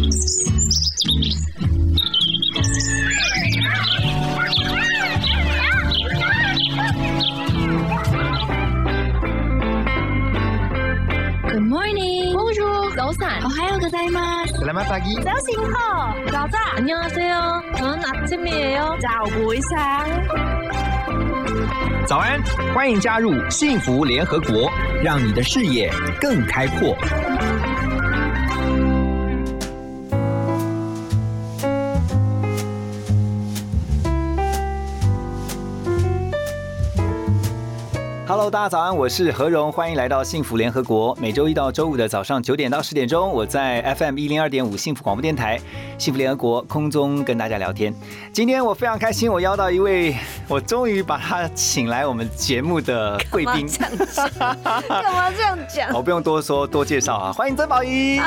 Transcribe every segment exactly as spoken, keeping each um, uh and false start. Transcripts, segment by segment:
Good morning. Bonjour. 早安。오하요 고자이마스. Selamat pagi. 早醒好.早安. 안녕하세요. 저는 아침이에요. 早不一상。 早安，欢迎加入幸福联合国，让你的视野更开阔。Hello， 大家早安，我是何荣，欢迎来到幸福联合国。每周一到周五的早上九点到十点钟，我在 F M 一零二点五幸福广播电台幸福联合国空中跟大家聊天。今天我非常开心，我邀到一位，我终于把他请来我们节目的贵宾。 干嘛这样讲？ 我不用多说，多介绍啊！欢迎曾宝仪。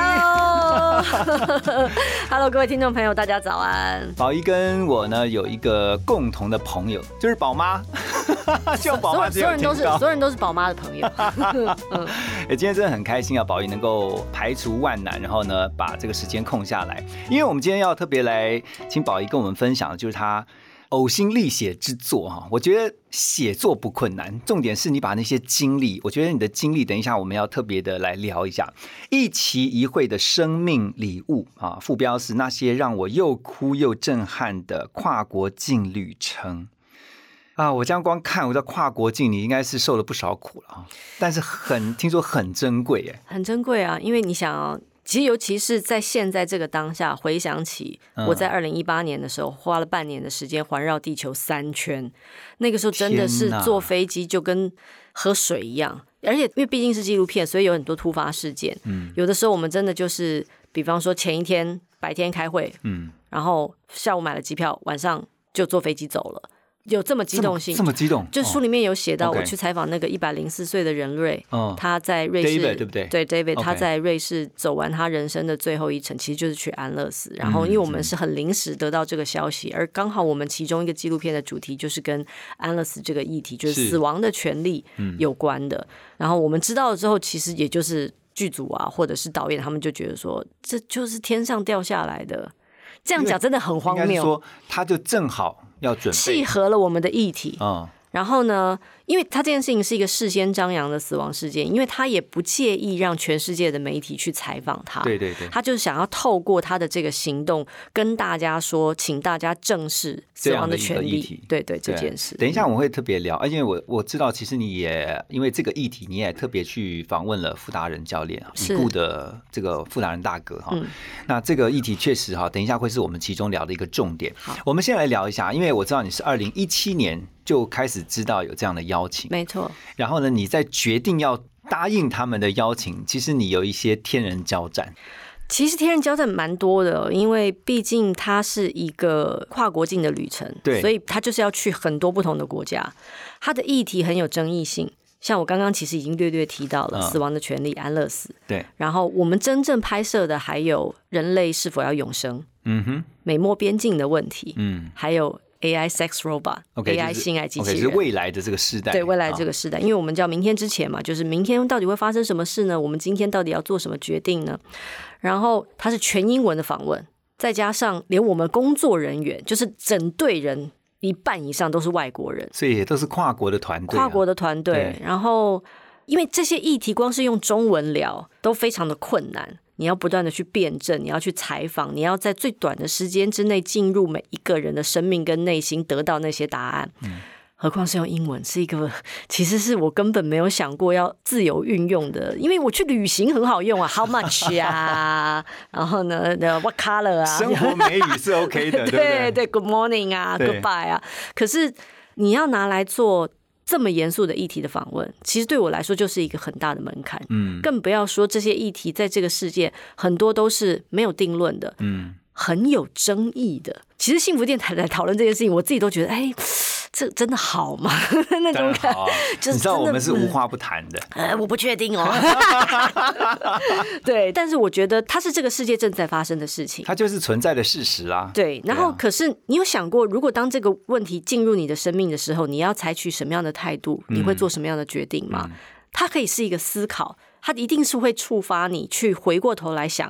Hello， Hello， 各位听众朋友，大家早安。 宝仪跟我呢有一个共同的朋友，就是宝妈。就宝妈只有听到， 所有人都是宝妈的朋友。 嗯，今天真的很开心啊，宝仪能够排除万难，然后呢把这个时间空下来，因为我们今天要特别来请宝仪跟我们分享的就是他呕心沥血之作哈。我觉得写作不困难，重点是你把那些经历，我觉得你的经历，等一下我们要特别的来聊一下。一期一会的生命礼物啊，副标是那些让我又哭又震撼的跨国境旅程。啊，我这样光看我在跨国境，你应该是受了不少苦了啊！但是很听说很珍贵耶， 很珍贵啊！因为你想啊，其实尤其是在现在这个当下，回想起我在二零一八年的时候，花了半年的时间环绕地球三圈，那个时候真的是坐飞机就跟喝水一样，而且因为毕竟是纪录片，所以有很多突发事件。嗯，有的时候我们真的就是，比方说前一天白天开会，嗯，然后下午买了机票，晚上就坐飞机走了。有这么激动性， 这么激动， 就书里面有写到，我去采访那个一百零四岁的人瑞，哦、他在瑞士， David 对不对？ 对 ，David， 他在瑞士走完他人生的最后一程，其实就是去安乐死。然后，因为我们是很临时得到这个消息，而刚好我们其中一个纪录片的主题就是跟安乐死这个议题，就是死亡的权利有关的。然后我们知道了之后，其实也就是剧组啊，或者是导演，他们就觉得说，这就是天上掉下来的。这样讲真的很荒谬。应该是说， 他就正好要准备契合了我们的议题。嗯，然后呢，因为他这件事情是一个事先张扬的死亡事件，因为他也不介意让全世界的媒体去采访他。 对对对， 他就是想要透过他的这个行动跟大家说，请大家正视死亡的权利。对对，这件事。 等一下我们会特别聊，因为我我知道，其实你也因为这个议题，你也特别去访问了傅达仁教练啊，已故的这个傅达仁大哥哈。嗯、那这个议题确实哈，等一下会是我们其中聊的一个重点。我们先来聊一下，因为我知道你是二零一七年就开始知道有这样的邀请， 没错。 然后呢，你在决定要答应他们的邀请，其实你有一些天人交战。 其实天人交战蛮多的，因为毕竟它是一个跨国境的旅程，对，所以它就是要去很多不同的国家，它的议题很有争议性。像我刚刚其实已经略略提到了、嗯、死亡的权利、安乐死，对。然后我们真正拍摄的还有人类是否要永生，嗯哼，美墨边境的问题，嗯，还有A I sex robot、okay, A I 性爱机器人， okay, 是未来的这个时代， 对未来这个时代，因为我们叫明天之前嘛，就是明天到底会发生什么事呢？我们今天到底要做什么决定呢？然后它是全英文的访问，再加上连我们工作人员，就是整队人一半以上都是外国人， 所以也都是跨国的团队、啊， 跨国的团队。然后因为这些议题光是用中文聊都非常的困难。你要不断的去辩证，你要去采访，你要在最短的时间之内进入每一个人的生命跟内心，得到那些答案。嗯，何况是用英文，是一个其实是我根本没有想过要自由运用的，因为我去旅行很好用啊 ，How much 啊，然后呢 ，What color 啊， 生活美语是 OK 的，对不对？ 对对 ，Good morning 啊 ，Goodbye 啊，可是你要拿来做这么严肃的议题的访问，其实对我来说就是一个很大的门槛。嗯，更不要说这些议题在这个世界很多都是没有定论的，嗯，很有争议的。其实幸福电台来讨论这件事情，我自己都觉得，哎，这真的好吗？那种感觉、啊， 就是你知道我们是无话不谈的。 呃，我不确定哦。对，但是我觉得它是这个世界正在发生的事情， 它就是存在的事实啦。 对，然后可是你有想过，如果当这个问题进入你的生命的时候，你要采取什么样的态度？你会做什么样的决定吗？嗯、它可以是一个思考，它一定是会触发你去回过头来想。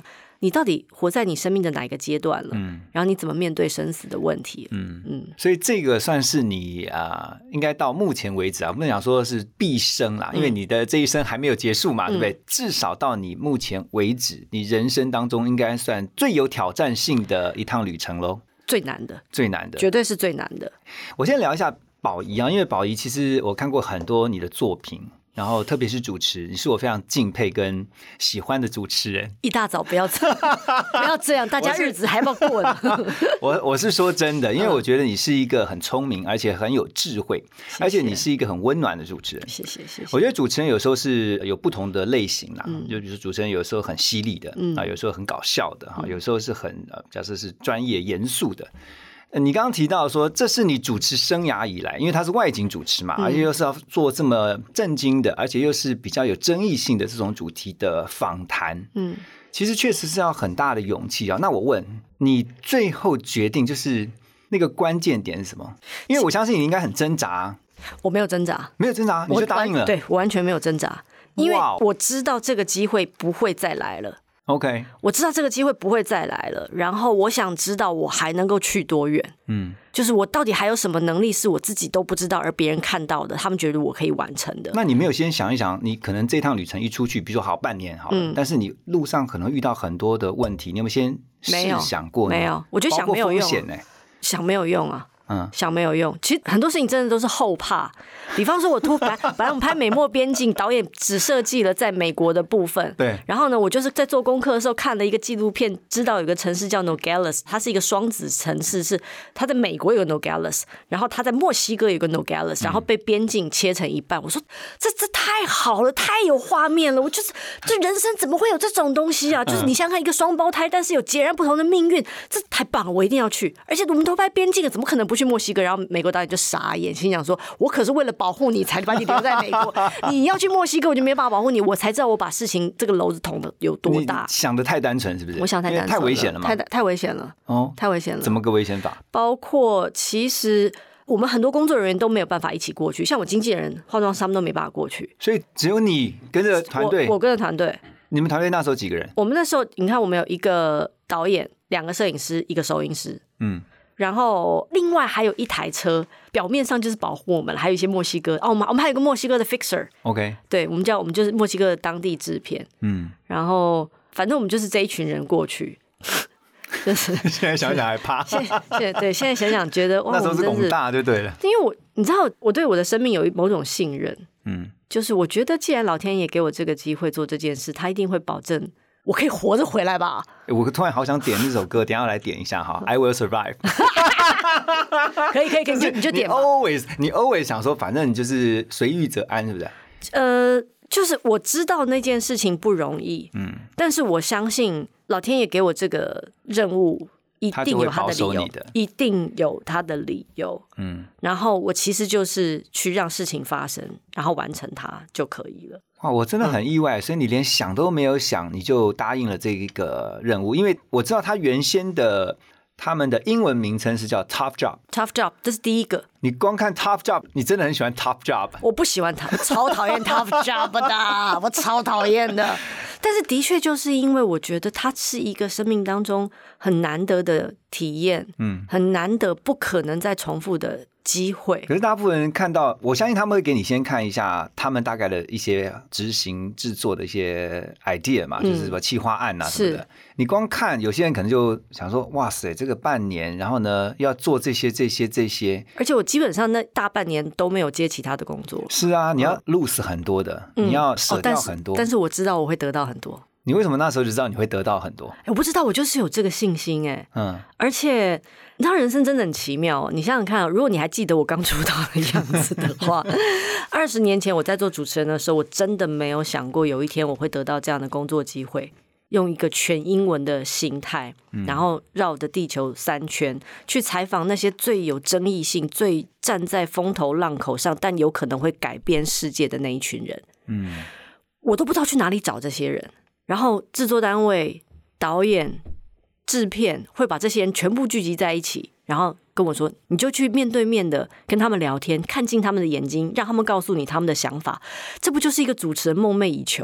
你到底活在你生命的哪一个阶段了？嗯，然后你怎么面对生死的问题？ 嗯嗯，所以这个算是你啊、呃，应该到目前为止啊，不能讲说是毕生啦，因为你的这一生还没有结束嘛，嗯、对不对？至少到你目前为止，你人生当中应该算最有挑战性的一趟旅程喽。 最难的， 最难的， 绝对是最难的。 我先聊一下宝仪啊，因为宝仪其实我看过很多你的作品。然后特别是主持，你是我非常敬佩跟喜欢的主持人。 一大早不要这样不要这样，大家日子还要过呢。 我我是说真的，因为我觉得你是一个很聪明而且很有智慧，谢谢，而且你是一个很温暖的主持人。 谢谢谢谢。 我觉得主持人有时候是有不同的类型啦，嗯、就比如说主持人有时候很犀利的，嗯、啊，有时候很搞笑的，哈、嗯，有时候是很呃，假设是专业严肃的。你刚刚提到说，这是你主持生涯以来，因为他是外景主持嘛，嗯、而且又是要做这么震惊的，而且又是比较有争议性的这种主题的访谈，嗯，其实确实是要很大的勇气啊。那我问你，最后决定就是那个关键点是什么？因为我相信你应该很挣扎。 我没有挣扎， 没有挣扎，你就答应了。 对，我完全没有挣扎，因为我知道这个机会不会再来了。 OK， 我知道这个机会不会再来了，然后我想知道我还能够去多远，嗯，就是我到底还有什么能力是我自己都不知道，而别人看到的，他们觉得我可以完成的。 那你没有先想一想，你可能这趟旅程一出去，比如说好半年好了，嗯、但是你路上可能遇到很多的问题，你有没有先试想过？ 没有，我觉得想没有用， 欸、 想没有用啊。嗯，想没有用。其实很多事情真的都是后怕。比方说，我突然本来我们拍美墨边境，导演只设计了在美国的部分。 对。 然后呢，我就是在做功课的时候看了一个纪录片，知道有个城市叫 Nogales， 它是一个双子城市，是它在美国有个 Nogales， 然后它在墨西哥有个 Nogales， 然后被边境切成一半。嗯、我说这这太好了，太有画面了。我就是这人生怎么会有这种东西啊？就是你想想看，一个双胞胎，但是有截然不同的命运，这太棒了，我一定要去。而且我们都拍边境了，怎么可能不去墨西哥？然后美国导演就傻眼，心想说：“我可是为了保护你才把你留在美国，你要去墨西哥，我就没办法保护你。”我才知道我把事情这个篓子捅的有多大。 想的太单纯是不是？ 我想太单纯了， 太危险了吗？ 太太危险了哦，太危险了。 怎么个危险法？ 包括其实我们很多工作人员都没有办法一起过去，像我经纪人、化妆师他们都没办法过去， 所以只有你跟着团队。 我, 我跟着团队。 你们团队那时候几个人？ 我们那时候你看，我们有一个导演、两个摄影师、一个收音师，嗯。然后另外还有一台车，表面上就是保护我们，还有一些墨西哥哦，我们我们还有一个墨西哥的 fixer，OK， 对，我们叫我们就是墨西哥的当地制片，嗯，然后反正我们就是这一群人过去，就是现在想想还怕， 现在对现在想想觉得哇， 那时候是宏大就对了， 因为我你知道我对我的生命有某种信任，嗯，就是我觉得既然老天爷给我这个机会做这件事，他一定会保证我可以活着回来吧。 我突然好想点那首歌，等一下来点一下哈。I will survive 可以可以可以，你就点吧。 你 always 你 always 想说，反正你就是随遇则安，是不是？ 呃，就是我知道那件事情不容易，嗯，但是我相信老天爷给我这个任务，一定有他的理由，一定有他的理由，嗯。然后我其实就是去让事情发生，然后完成它就可以了。 哇，我真的很意外，嗯、所以你连想都没有想，你就答应了这一个任务，因为我知道他原先的他们的英文名称是叫 Tough Job。Tough Job， 这是第一个。 你光看 Tough Job， 你真的很喜欢 Tough Job。 我不喜欢他，我超讨厌 Tough Job 的，我超讨厌的。但是的确就是因为我觉得它是一个生命当中很难得的体验，嗯，很难得不可能再重复的机会。 可是大部分人看到，我相信他们会给你先看一下他们大概的一些执行制作的一些 idea 嘛，嗯、就是什么企划案啊什么的。你光看，有些人可能就想说，哇塞，这个半年，然后呢要做这些这些这些。 而且我基本上那大半年都没有接其他的工作。 是啊，你要 lose 很多的，嗯、你要舍掉很多、 哦但。但是我知道我会得到很多。 你为什么那时候就知道你会得到很多？ 我不知道，我就是有这个信心哎。嗯，而且你知道人生真的很奇妙。你想想看，如果你还记得我刚出道的样子的话，二十年前我在做主持人的时候，我真的没有想过有一天我会得到这样的工作机会，用一个全英文的形态，然后绕着地球三圈去采访那些最有争议性、最站在风头浪口上，但有可能会改变世界的那一群人。嗯，我都不知道去哪里找这些人。然后制作单位、导演、制片会把这些人全部聚集在一起，然后跟我说，你就去面对面的跟他们聊天，看进他们的眼睛，让他们告诉你他们的想法。这不就是一个主持人梦寐以求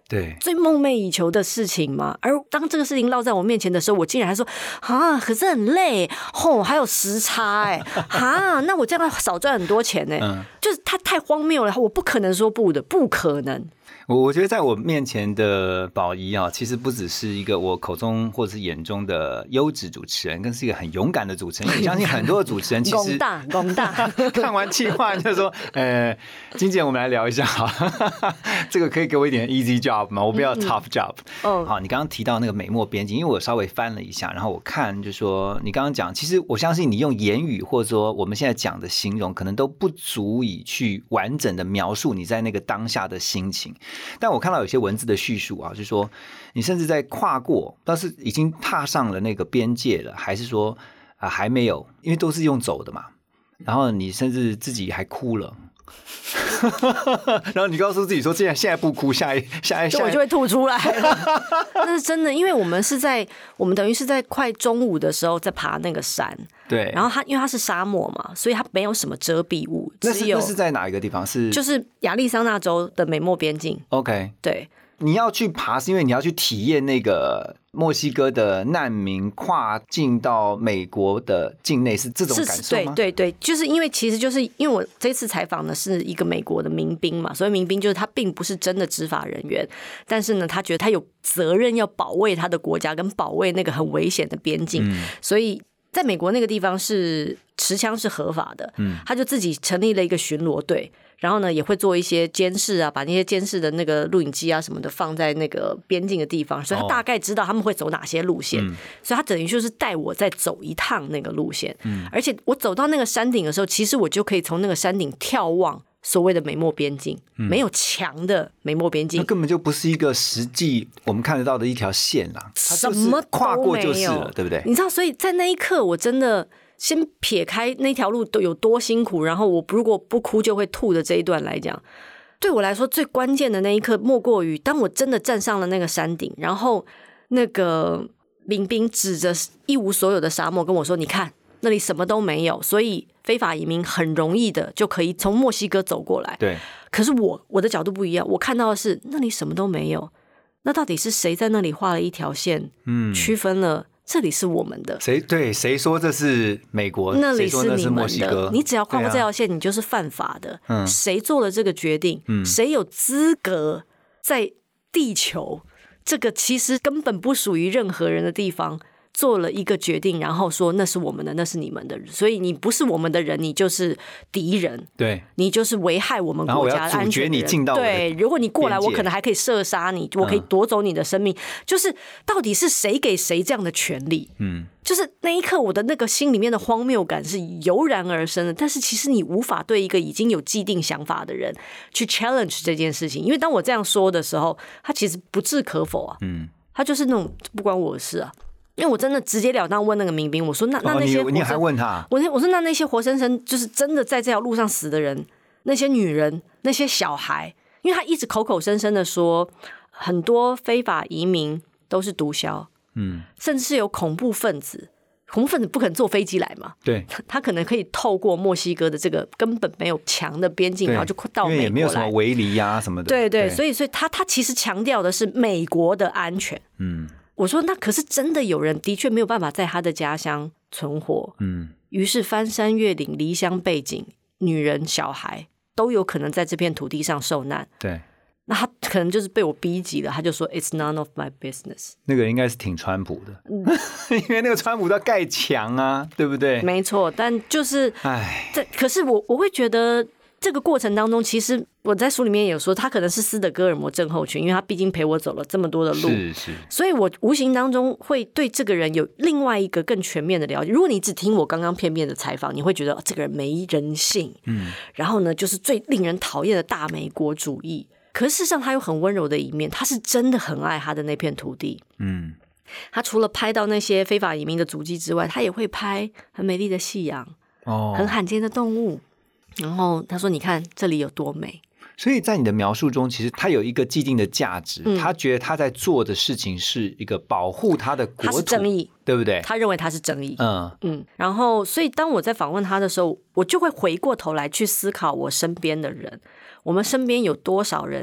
对， 最梦寐以求的事情嘛。而当这个事情落在我面前的时候，我竟然还说啊，可是很累，吼、哦，还有时差哎，哈，那我这样少赚很多钱呢、嗯，就是它太荒谬了，我不可能说不的，不可能。 我我觉得在我面前的宝仪啊，其实不只是一个我口中或者是眼中的优质主持人，更是一个很勇敢的主持人。我相信很多的主持人其实勇大勇大， 看完企划就说：“呃，经纪人，我们来聊一下好，这个可以给我一点 easy job 吗？我不要 tough job。嗯”嗯，好，你刚刚提到那个美墨边境，因为我稍微翻了一下，然后我看就说你刚刚讲，其实我相信你用言语或者说我们现在讲的形容，可能都不足以去完整的描述你在那个当下的心情。但我看到有些文字的叙述啊，就是说你甚至在跨过，但是已经踏上了那个边界了，还是说啊、呃、还没有，因为都是用走的嘛。然后你甚至自己还哭了，然后你告诉自己说，现在现在不哭，下一下一下我就会吐出来了。那是真的，因为我们是在我们等于是在快中午的时候在爬那个山。 对， 然后它因为它是沙漠嘛，所以它没有什么遮蔽物。 那是那是在哪一个地方？是就是亚利桑那州的美墨边境。 OK， 对， 你要去爬是因为你要去体验那个墨西哥的难民跨境到美国的境内，是这种感受吗？ 对对对，就是因为其实就是因为我这次采访的是一个美国的民兵嘛，所以民兵就是他并不是真的执法人员，但是呢，他觉得他有责任要保卫他的国家跟保卫那个很危险的边境，嗯、所以。在美国那个地方是持枪是合法的，嗯，他就自己成立了一个巡逻队，然后呢也会做一些监视啊，把那些监视的那个录影机啊什么的放在那个边境的地方，所以他大概知道他们会走哪些路线，哦嗯、所以他等于就是带我再走一趟那个路线，嗯，而且我走到那个山顶的时候，其实我就可以从那个山顶眺望所谓的美墨边境，嗯、没有墙的美墨边境， 那根本就不是一个实际我们看得到的一条线啦， 什么跨过就是了，对不对？ 你知道，所以在那一刻，我真的先撇开那条路都有多辛苦，然后我如果不哭就会吐的这一段来讲，对我来说最关键的那一刻，莫过于当我真的站上了那个山顶，然后那个民兵指着一无所有的沙漠跟我说：“你看。”那里什么都没有，所以非法移民很容易的就可以从墨西哥走过来。 对， 可是我我的角度不一样，我看到的是那里什么都没有，那到底是谁在那里画了一条线，嗯，区分了这里是我们的？ 谁对谁说这是美国？ 那里是你们墨西哥？ 你只要跨过这条线，啊、你就是犯法的。嗯，谁做了这个决定？嗯，谁有资格在地球这个其实根本不属于任何人的地方？做了一个决定，然后说那是我们的，那是你们的，所以你不是我们的人，你就是敌人， 对， 你就是危害我们国家的安全的人。对，如果你过来，我可能还可以射杀你，我可以夺走你的生命。嗯、就是到底是谁给谁这样的权利？嗯，就是那一刻，我的那个心里面的荒谬感是油然而生的。但是其实你无法对一个已经有既定想法的人去 challenge 这件事情，因为当我这样说的时候，他其实不置可否啊。嗯，他就是那种不关我的事啊。因为我真的直截了当问那个民兵，我说那那那些、 哦、你, 你还问他？ 我我说那那些活生生就是真的在这条路上死的人，那些女人，那些小孩，因为他一直口口声声的说很多非法移民都是毒枭，嗯，甚至是有恐怖分子，恐怖分子不可能坐飞机来嘛， 对， 他可能可以透过墨西哥的这个根本没有墙的边境，然后就到美国来， 因为也没有什么围篱啊什么的， 对 对, 对，所以所以他他其实强调的是美国的安全，嗯。我说那可是真的有人的确没有办法在他的家乡存活，嗯，于是翻山越岭离乡背井，女人小孩都有可能在这片土地上受难， 对， 那他可能就是被我逼急了，他就说 It's none of my business。 那个应该是挺川普的，嗯、因为那个川普要盖墙啊，对不对？ 没错，但就是哎，可是我我会觉得这个过程当中，其实我在书里面也有说，他可能是斯德哥尔摩症候群，因为他毕竟陪我走了这么多的路， 是是， 所以我无形当中会对这个人有另外一个更全面的了解。如果你只听我刚刚片面的采访，你会觉得、哦、这个人没人性，嗯，然后呢，就是最令人讨厌的大美国主义。可是事实上，他有很温柔的一面，他是真的很爱他的那片土地，嗯。他除了拍到那些非法移民的足迹之外，他也会拍很美丽的夕阳，哦，很罕见的动物。然后他说：“你看这里有多美。” 所以在你的描述中，其实他有一个既定的价值，嗯、他觉得他在做的事情是一个保护他的国土，他是正义， 对不对？ 他认为他是正义。嗯嗯。然后，所以当我在访问他的时候，我就会回过头来去思考我身边的人，我们身边有多少人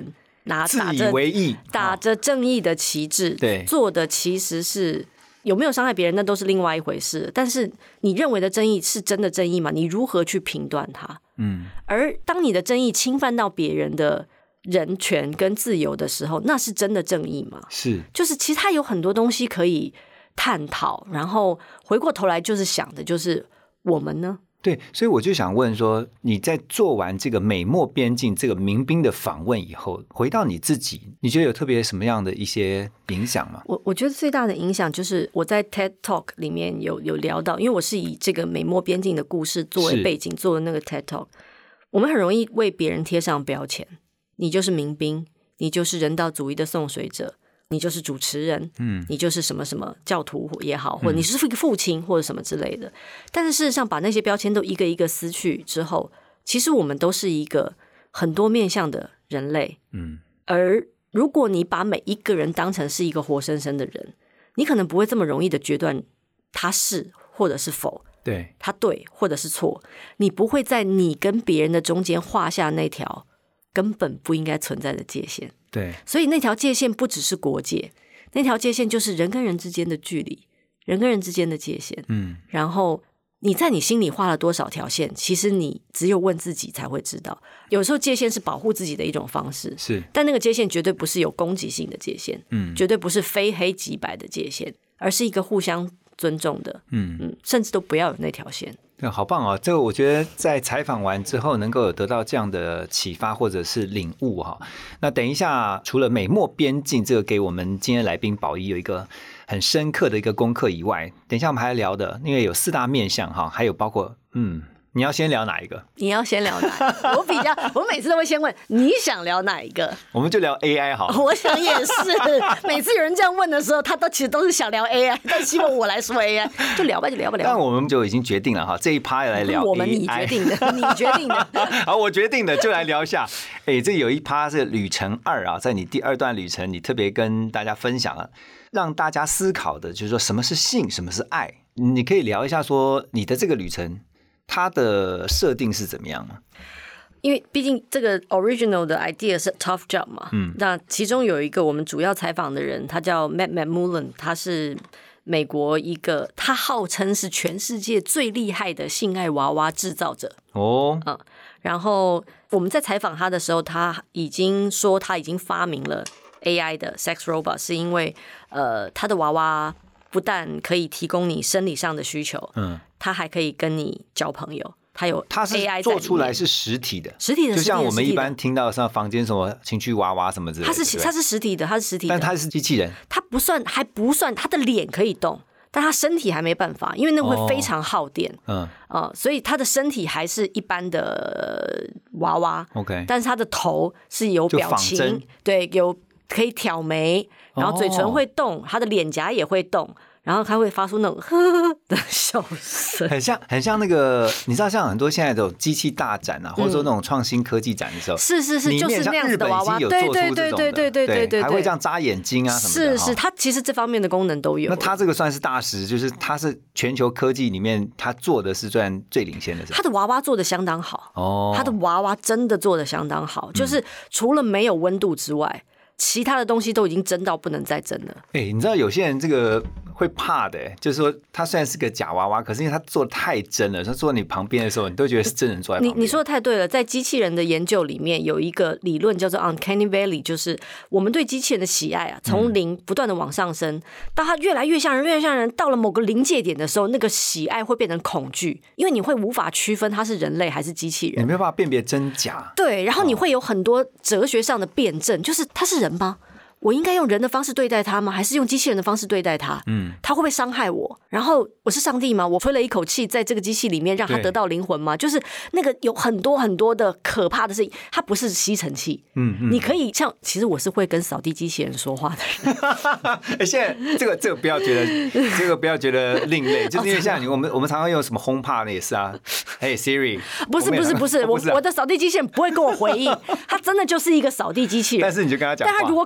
拿自以为意打着正义的旗帜， 对， 做的其实是有没有伤害别人，那都是另外一回事。但是你认为的正义是真的正义吗？你如何去评断它？嗯，而当你的正义侵犯到别人的人权跟自由的时候，那是真的正义吗？ 是， 就是其实它有很多东西可以探讨，然后回过头来就是想的就是我们呢？ 对，所以我就想问说，你在做完这个美墨边境这个民兵的访问以后，回到你自己，你觉得有特别什么样的一些影响吗？ 我我觉得最大的影响就是我在 TED Talk 里面有有聊到，因为我是以这个美墨边境的故事作为背景做的那个 TED Talk， 我们很容易为别人贴上标签，你就是民兵，你就是人道主义的送水者，你就是主持人，嗯，你就是什么什么教徒也好，或者你是一个父亲或者什么之类的。但是事实上，把那些标签都一个一个撕去之后，其实我们都是一个很多面向的人类，嗯。而如果你把每一个人当成是一个活生生的人，你可能不会这么容易的决断他是或者是否， 对， 他对或者是错，你不会在你跟别人的中间画下那条根本不应该存在的界限。 对， 所以那条界限不只是国界，那条界限就是人跟人之间的距离，人跟人之间的界限。嗯，然后你在你心里画了多少条线，其实你只有问自己才会知道。有时候界限是保护自己的一种方式， 是， 但那个界限绝对不是有攻击性的界限，嗯，绝对不是非黑即白的界限，而是一个互相尊重的，嗯嗯，甚至都不要有那条线。 好棒哦！这个我觉得在采访完之后能够有得到这样的启发或者是领悟哈。那等一下，除了美墨边境这个给我们今天来宾宝仪有一个很深刻的一个功课以外，等一下我们还聊的，因为有四大面向哈，还有包括嗯。你要先聊哪一个？ 你要先聊哪一个？我比较，我每次都会先问你想聊哪一个。 我们就聊 A I 好。 我想也是，每次有人这样问的时候，他都其实都是想聊 A I， 但希望我来说 A I， 就聊吧，就聊吧聊。 但我们就已经决定了哈，这一趴来聊 A I。 我们你决定的，你决定的。 好，我决定的，就来聊一下。哎，这有一趴是旅程二啊，在你第二段旅程，你特别跟大家分享了，让大家思考的，就是说什么是性，什么是爱。你可以聊一下说你的这个旅程。它的设定是怎么样呢？ 因为毕竟这个 original 的 idea 是 tough job 嘛，嗯，那其中有一个我们主要采访的人，他叫 Matt McMullen， 他是美国一个，他号称是全世界最厉害的性爱娃娃制造者哦，嗯，然后我们在采访他的时候，他已经说他已经发明了 A I 的 sex robot， 是因为呃，他的娃娃不但可以提供你生理上的需求，嗯。他还可以跟你交朋友，他有 A I 他是做出来是实体的， 实体的， 就像我们一般听到像房间什么情趣娃娃什么之类的， 它是它是实体的，它是实体的， 但它是机器人， 它不算还不算，他的脸可以动，但他身体还没办法，因为那会非常耗电，哦、嗯呃、所以他的身体还是一般的娃娃 ，OK， 但是他的头是有表情，对，有可以挑眉，然后嘴唇会动，哦、他的脸颊也会动。然后他会发出那种呵呵的笑声， 很像很像那个，你知道像很多现在的机器大展啊，或者说那种创新科技展的时候， 是是是，就是那样子的娃娃， 对对对对对对对对，还会这样眨眼睛啊什么的， 是是，它其实这方面的功能都有。 那它这个算是大师，就是它是全球科技里面它做的是算最领先的。 它的娃娃做的相当好哦，它的娃娃真的做的相当好，就是除了没有温度之外。其他的东西都已经真到不能再真了。 哎、欸，你知道有些人这个会怕的，就是说他虽然是个假娃娃，可是因为他做的太真了，他坐在你旁边的时候，你都觉得是真人坐在旁边。 你你说的太对了，在机器人的研究里面有一个理论叫做 Uncanny Valley， 就是我们对机器人的喜爱啊，从零不断的往上升，到它越来越像人，越来越像人，到了某个临界点的时候，那个喜爱会变成恐惧，因为你会无法区分它是人类还是机器人， 你没有办法辨别真假。 对，然后你会有很多哲学上的辩证，就是它是人吗？我应该用人的方式对待他吗？还是用机器人的方式对待他？嗯，他会不会伤害我？然后我是上帝吗？我吹了一口气在这个机器里面，让他得到灵魂吗？就是那个有很多很多的可怕的事情，它不是吸尘器。嗯嗯，你可以像，其实我是会跟扫地机器人说话的人。 欸、现在这个这个不要觉得这个不要觉得另类，就是因为像你我们我们常常用什么HomePod也是啊，嘿、hey, Siri， 不是不是不是，我我的扫地机器人不会跟我回应，它真的就是一个扫地机器人。 但是你就跟他讲话， 但他如果卡住。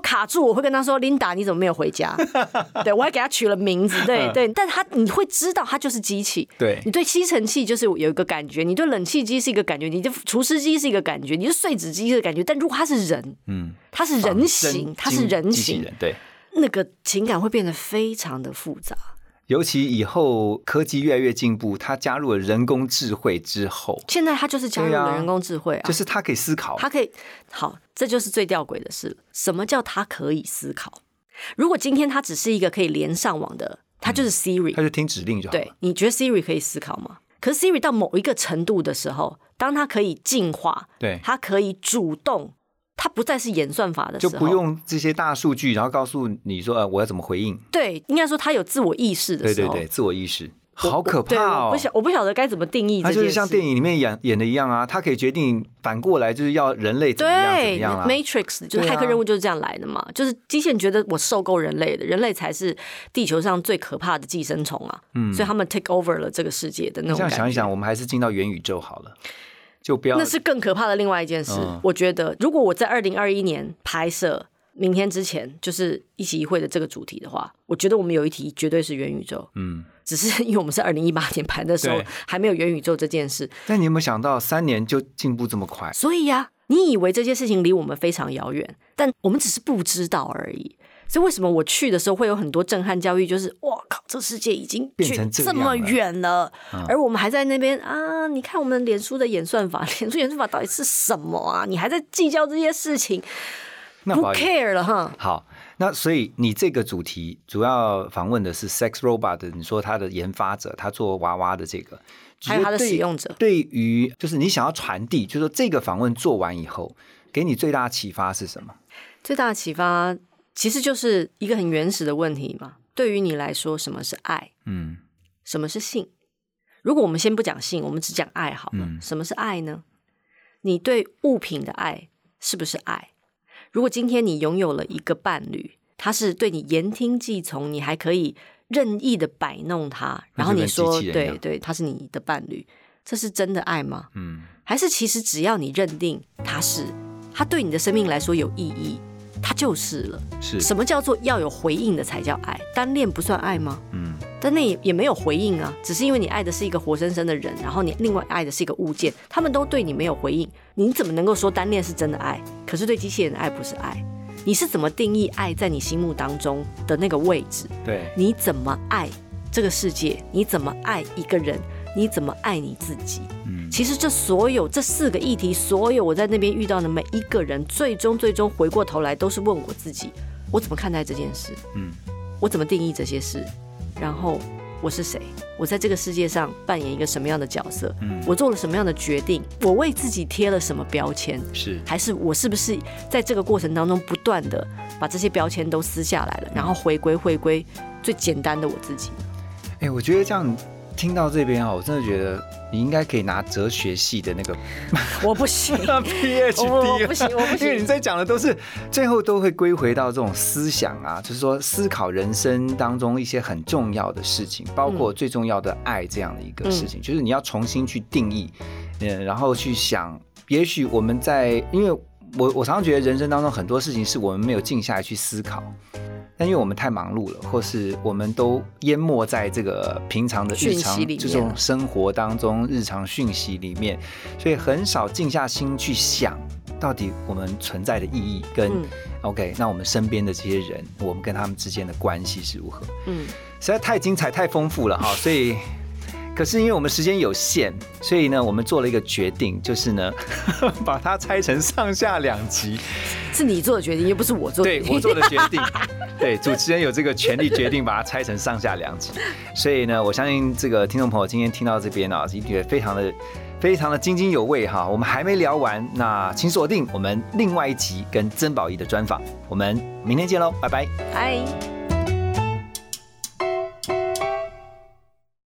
我会跟他说 Linda 你怎么没有回家对，我还给他取了名字，对对，但他你会知道他就是机器， 对， 你对吸尘器就是有一个感觉，你对冷气机是一个感觉，你对除湿机是一个感觉，你对碎纸机是一个感觉，但如果他是人，嗯，他是人形，他是人形， 对， 那个情感会变得非常的复杂。 尤其以后科技越来越进步，它加入了人工智慧之后， 现在它就是加入了人工智慧啊， 就是它可以思考， 它可以好，这就是最吊诡的事了。什么叫它可以思考？如果今天它只是一个可以连上网的，它就是 Siri， 它就听指令就好了。 对，你觉得 Siri 可以思考吗？可是 Siri 到某一个程度的时候，当它可以进化， 对， 它可以主动。它不再是演算法的时候， 就不用这些大数据，然后告诉你说，呃，我要怎么回应？ 对，应该说它有自我意识的时候， 对对对，自我意识，好可怕哦！ 我不晓我不晓得该怎么定义这件事。 它就是像电影里面演演的一样啊，它可以决定反过来就是要人类怎么样怎么样啊。 Matrix 就是骇客任务就是这样来的嘛，啊、就是机器人觉得我受够人类的，人类才是地球上最可怕的寄生虫啊，嗯，所以他们 take over 了这个世界的那种感觉。 这样想一想，我们还是进到元宇宙好了。就不要， 那是更可怕的另外一件事。嗯、我觉得，如果我在二零二一年拍摄明天之前就是一期一会的这个主题的话，我觉得我们有一题绝对是元宇宙。嗯，只是因为我们是二零一八年拍的时候还没有元宇宙这件事。 但你有没有想到，三年就进步这么快？ 所以呀、啊，你以为这些事情离我们非常遥远，但我们只是不知道而已。所以为什么我去的时候会有很多震撼教育，就是哇靠，这世界已经变成这么远了，嗯、而我们还在那边啊！你看我们脸书的演算法，脸书演算法到底是什么啊？你还在计较这些事情，不 care 了哈。 好，那所以你这个主题主要访问的是 Sex Robot 的，你说他的研发者，他做娃娃的这个， 还有他的使用者。 对于就是你想要传递，就是说这个访问做完以后，给你最大的启发是什么？ 最大的启发。其实就是一个很原始的问题嘛。对于你来说，什么是爱？嗯，什么是性？如果我们先不讲性，我们只讲爱好了。嗯、什么是爱呢？你对物品的爱是不是爱？如果今天你拥有了一个伴侣，他是对你言听计从，你还可以任意的摆弄他，然后你说对对，他是你的伴侣，这是真的爱吗？嗯，还是其实只要你认定他是，他对你的生命来说有意义。它就是了。 是什么叫做要有回应的才叫爱？单恋不算爱吗？嗯，单恋 也, 也没有回应啊，只是因为你爱的是一个活生生的人，然后你另外爱的是一个物件，他们都对你没有回应，你怎么能够说单恋是真的爱？可是对机器人的爱不是爱？你是怎么定义爱在你心目当中的那个位置？ 对， 你怎么爱这个世界？你怎么爱一个人？你怎么爱你自己？嗯，其实这所有这四个议题，所有我在那边遇到的每一个人，最终最终回过头来都是问我自己：我怎么看待这件事？嗯，我怎么定义这些事？然后我是谁？我在这个世界上扮演一个什么样的角色？嗯，我做了什么样的决定？我为自己贴了什么标签？ 是， 还是我是不是在这个过程当中不断的把这些标签都撕下来了，然后回归回归最简单的我自己？ 哎，我觉得这样。听到这边我真的觉得你应该可以拿哲学系的那个， 我不行 ，P H D， 我不行，我不行， 因为你在讲的都是最后都会归回到这种思想啊，就是说思考人生当中一些很重要的事情，包括最重要的爱这样的一个事情，嗯、就是你要重新去定义，嗯，然后去想，也许我们在，因为我我常常觉得人生当中很多事情是我们没有静下来去思考。但因为我们太忙碌了，或是我们都淹没在这个平常的日常这种生活当中，日常讯息里面，所以很少静下心去想，到底我们存在的意义跟、嗯、OK， 那我们身边的这些人，我们跟他们之间的关系是如何？嗯，实在太精彩、太丰富了哈，所以。可是因为我们时间有限，所以呢，我们做了一个决定，就是呢，把它拆成上下两集。 是你做的决定，又不是我做的决定。 对，我做的决定。对，主持人有这个权利决定把它拆成上下两集。所以呢，我相信这个听众朋友今天听到这边啊，一定非常的、非常的津津有味哈。我们还没聊完，那请锁定我们另外一集跟曾宝仪的专访。我们明天见喽，拜拜。 拜。